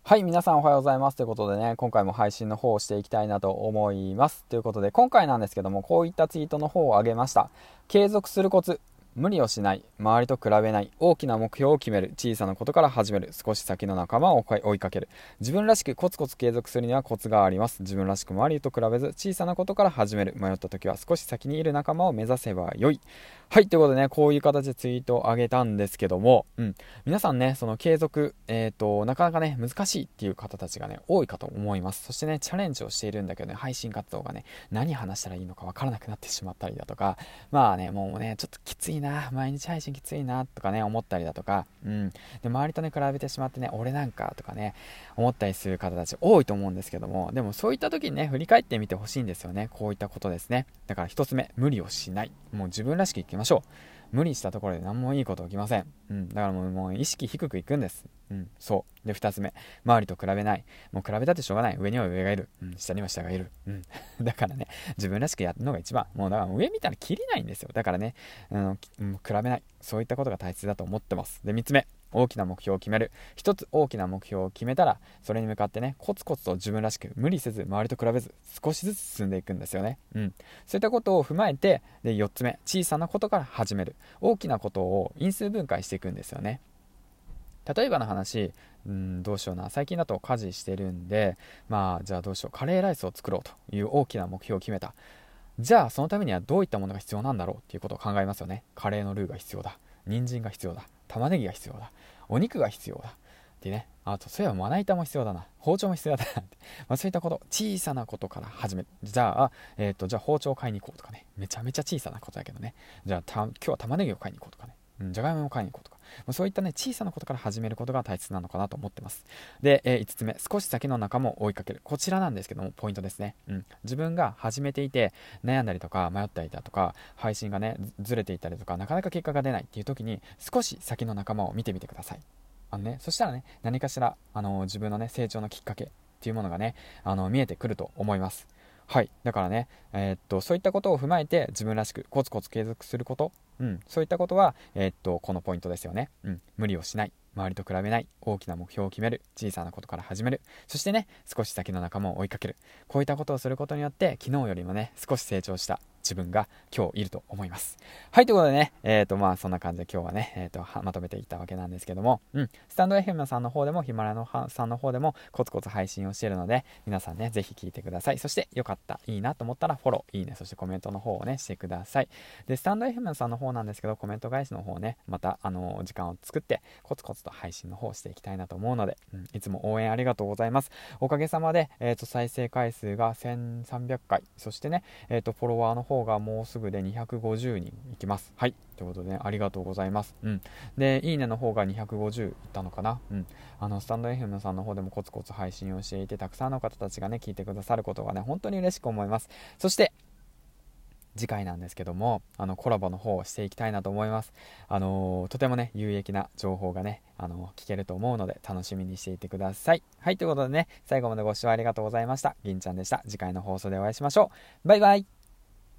はい、皆さんおはようございます。ということでね、今回も配信の方をしていきたいなと思います。ということで、今回なんですけども、こういったツイートの方を上げました。継続するコツ。無理をしない、周りと比べない、大きな目標を決める、小さなことから始める、少し先の仲間を追いかける。自分らしくコツコツ継続するにはコツがあります。自分らしく周りと比べず、小さなことから始める。迷った時は少し先にいる仲間を目指せばよい。はい、ということでね、こういう形でツイートを上げたんですけども、皆さんね、その継続、なかなかね、難しいっていう方たちがね、多いかと思います。そしてね、チャレンジをしているんだけどね、配信活動がね、何話したらいいのかわからなくなってしまったりだとか、まあね、もうね、ちょっときついな、毎日配信きついな、とかね、思ったりだとか、で、周りとね、比べてしまってね、俺なんか、とかね、思ったりする方たち多いと思うんですけども、でもそういった時にね、振り返ってみてほしいんですよね。こういったことですね。だから一つ目、無理をしない。もう自分らしくいきましょう。無理したところで何もいいこと起きません。だからもう意識低くいくんです。そう。で、二つ目、周りと比べない。もう比べたってしょうがない。上には上がいる。下には下がいる。だからね、自分らしくやるのが一番。もうだから上見たら切れないんですよ。だからね、比べない。そういったことが大切だと思ってます。で、三つ目、大きな目標を決める。一つ大きな目標を決めたら、それに向かってね、コツコツと自分らしく、無理せず、周りと比べず、少しずつ進んでいくんですよね。そういったことを踏まえて、で、四つ目、小さなことから始める。大きなことを因数分解していくんですよね。例えばの話、どうしような。最近だと家事してるんで、じゃあどうしよう。カレーライスを作ろうという大きな目標を決めた。じゃあそのためにはどういったものが必要なんだろうっていうことを考えますよね。カレーのルーが必要だ。人参が必要だ。玉ねぎが必要だ。お肉が必要だ。でね、あと、そういえばまな板も必要だな。包丁も必要だなって。そういったこと、小さなことから始める。じゃあ、じゃあ包丁を買いに行こうとかね。めちゃめちゃ小さなことだけどね。じゃあ、今日は玉ねぎを買いに行こうとかね。じゃがいもを買いに行こうとか。そういったね、小さなことから始めることが大切なのかなと思ってます。で、5つ目、少し先の仲間を追いかける。こちらなんですけども、ポイントですね。自分が始めていて、悩んだりとか、迷ったりだとか、配信がね、ずれていたりとか、なかなか結果が出ないっていう時に、少し先の仲間を見てみてください。そしたらね、何かしら、自分のね、成長のきっかけっていうものがね、見えてくると思います。はい。だからね、そういったことを踏まえて、自分らしくコツコツ継続すること、そういったことは、このポイントですよね。無理をしない。周りと比べない。大きな目標を決める。小さなことから始める。そしてね、少し先の仲間を追いかける。こういったことをすることによって、昨日よりもね、少し成長した自分が今日いると思います。はい、ということでね、そんな感じで今日はね、まとめていったわけなんですけども、スタンド FM さんの方でも、ヒマラヤさんの方でも、コツコツ配信をしているので、皆さんね、ぜひ聞いてください。そして、よかった、いいなと思ったら、フォロー、いいね、そしてコメントの方をね、してください。で、スタンド FM さんの方なんですけど、コメント返しの方ね、また、時間を作って、コツコツと配信の方をしていきたいなと思うので、いつも応援ありがとうございます。おかげさまで、再生回数が1300回、そしてね、フォロワーの方がもうすぐで250人いきます。はい。ということで、ね、ありがとうございます。で、いいねの方が250いったのかな。スタンド FM さんの方でもコツコツ配信をしていて、たくさんの方たちがね、聞いてくださることがね、本当に嬉しく思います。そして、次回なんですけども、コラボの方をしていきたいなと思います。とてもね、有益な情報がね、聞けると思うので、楽しみにしていてください。はい、ということでね、最後までご視聴ありがとうございました。銀ちゃんでした。次回の放送でお会いしましょう。バイバイ。